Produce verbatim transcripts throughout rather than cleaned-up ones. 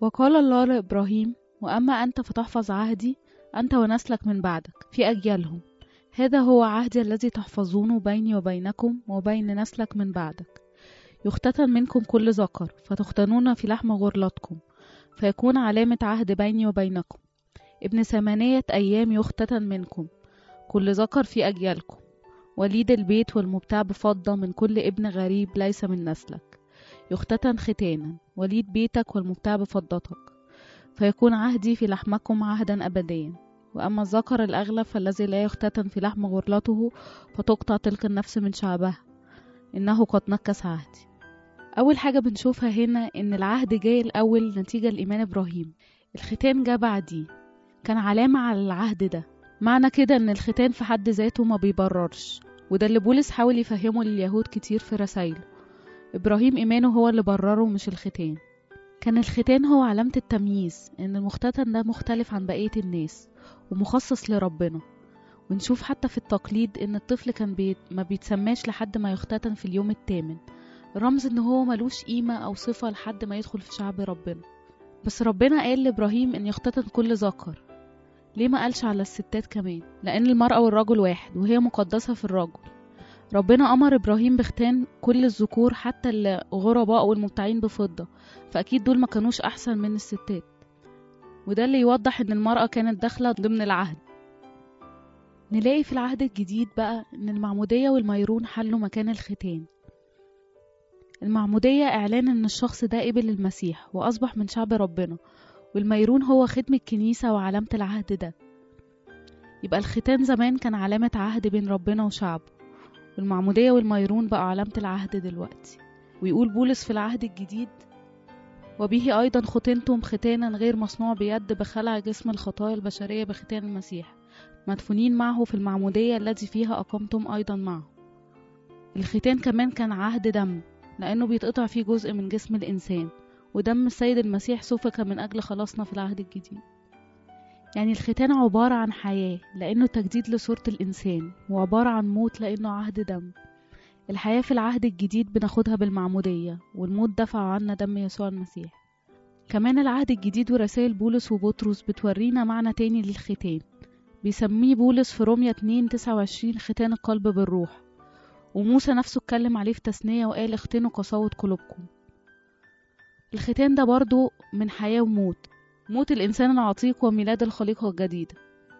وقال الله لإبراهيم: وأما أنت فتحفظ عهدي أنت ونسلك من بعدك في أجيالهم، هذا هو عهدي الذي تحفظونه بيني وبينكم وبين نسلك من بعدك. يختتن منكم كل ذكر فتختنون في لحم غرلتكم، فيكون علامة عهد بيني وبينكم. ابن ثمانية أيام يختتن منكم كل ذكر في أجيالكم، وليد البيت والمبتاع بفضة من كل ابن غريب ليس من نسلك يختتن ختانا، وليد بيتك والمبتاع بفضتك، فيكون عهدي في لحمكم عهدا أبديا. وأما الذكر الأغلب فالذي لا يختتن في لحم غرلته فتقطع تلك النفس من شعبها، إنه قد نكس عهدي. أول حاجة بنشوفها هنا إن العهد جاي الأول نتيجة لإيمان إبراهيم، الختان جا بعديه، كان علامة على العهد ده. معنى كده إن الختان في حد ذاته ما بيبررش، وده اللي بولس حاول يفهمه لليهود كتير في رسائله. إبراهيم إيمانه هو اللي برره مش الختان. كان الختان هو علامة التمييز، إن المختتن ده مختلف عن بقية الناس ومخصص لربنا. ونشوف حتى في التقليد إن الطفل كان بي... ما بيتسماش لحد ما يختتن في اليوم الثامن، رمز إن هو ملوش قيمة أو صفة لحد ما يدخل في شعب ربنا. بس ربنا قال لإبراهيم إن يختتن كل ذكر، ليه ما قالش على الستات كمان؟ لأن المرأة والرجل واحد وهي مقدسة في الرجل. ربنا أمر إبراهيم باختان كل الذكور حتى الغرباء والمبتاعين بفضة، فأكيد دول ما كانوش أحسن من الستات. وده اللي يوضح إن المرأة كانت داخلة ضمن العهد. نلاقي في العهد الجديد بقى إن المعمودية والميرون حلوا مكان الختان. المعمودية إعلان إن الشخص ده قبل المسيح وأصبح من شعب ربنا، والميرون هو ختم الكنيسة وعلامة العهد ده. يبقى الختان زمان كان علامة عهد بين ربنا وشعبه، والمعمودية والميرون بقى علامة العهد دلوقتي. ويقول بولس في العهد الجديد: وبه أيضا ختنتم ختانا غير مصنوع بيد بخلع جسم الخطايا البشرية بختان المسيح، مدفونين معه في المعمودية التي فيها أقمتم أيضا معه. الختان كمان كان عهد دم، لأنه بيتقطع فيه جزء من جسم الإنسان، ودم السيد المسيح سفك من أجل خلاصنا في العهد الجديد. يعني الختان عبارة عن حياة لأنه تجديد لصورة الإنسان، وعبارة عن موت لأنه عهد دم. الحياة في العهد الجديد بناخدها بالمعمودية، والموت دفع عنا دم يسوع المسيح. كمان العهد الجديد ورسائل بولس وبطرس بتورينا معنى تاني للختان، بيسميه بولس في رومية اتنين تسعة وعشرين ختان القلب بالروح، وموسى نفسه اتكلم عليه في تثنية وقال: اختنوا قساوة قلوبكم. الختان ده برضو من حياة وموت، موت الإنسان العتيق وميلاد الخليقة الجديدة.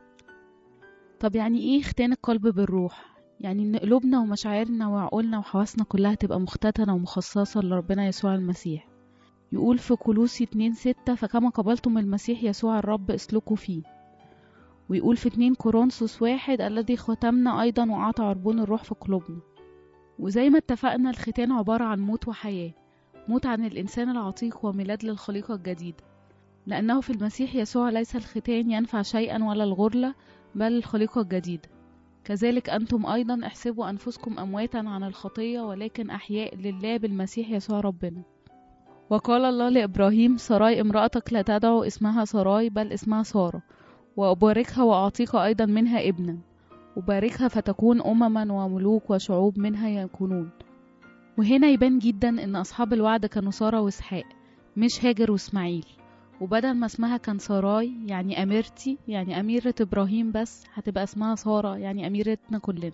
طب يعني ايه ختان القلب بالروح؟ يعني ان قلوبنا ومشاعرنا وعقولنا وحواسنا كلها تبقى مختتنة ومخصصة لربنا يسوع المسيح. يقول في كولوسي اتنين ستة: فكما قبلتم المسيح يسوع الرب اسلكوا فيه. ويقول في اتنين كورنثوس واحد: الذي ختمنا أيضا وأعطى عربون الروح في قلوبنا. وزي ما اتفقنا الختان عبارة عن موت وحياة، موت عن الإنسان العتيق وميلاد للخليقة الجديدة، لأنه في المسيح يسوع ليس الختان ينفع شيئا ولا الغرلة، بل الخليقة الجديدة. كذلك أنتم أيضا احسبوا أنفسكم أمواتا عن الخطية ولكن أحياء لله بالمسيح يسوع ربنا. وقال الله لإبراهيم: سراي امرأتك لا تدعو اسمها سراي بل اسمها سارة، وأباركها وأعطيك أيضا منها ابنا، وباركها فتكون أمما وملوك وشعوب منها يكونون. وهنا يبان جدا إن أصحاب الوعد كانوا سارة وإسحاق، مش هاجر وإسماعيل. وبدل ما اسمها كان سراي يعني أميرتي، يعني أميرة إبراهيم، بس هتبقى اسمها سارة يعني أميرتنا كلنا.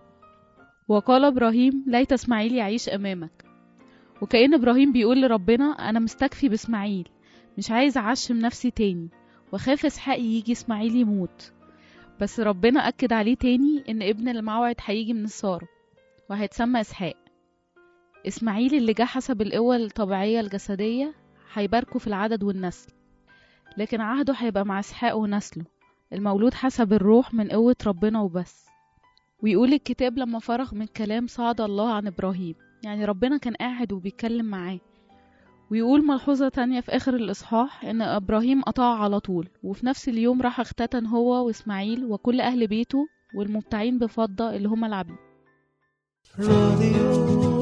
وقال إبراهيم: ليت إسماعيل يعيش أمامك. وكأن إبراهيم بيقول لربنا: أنا مستكفي بإسماعيل، مش عايز أعشم نفسي تاني، وخاف إسحاق يجي إسماعيل يموت. بس ربنا أكد عليه تاني إن ابن الموعد هيجي من السارة وهيتسمى إسحاق. إسماعيل اللي جه حسب القوة الطبيعية الجسدية هيباركوا في العدد والنسل، لكن عهده هيبقى مع إسحاق ونسله المولود حسب الروح من قوة ربنا وبس. ويقول الكتاب: لما فرغ من كلام صعد الله عن إبراهيم، يعني ربنا كان قاعد وبيتكلم معاه. ويقول ملحوظة تانية في آخر الإصحاح إن إبراهيم أطاع على طول، وفي نفس اليوم راح اختتن هو وإسماعيل وكل أهل بيته والمبتاعين بفضة اللي هم العبيد.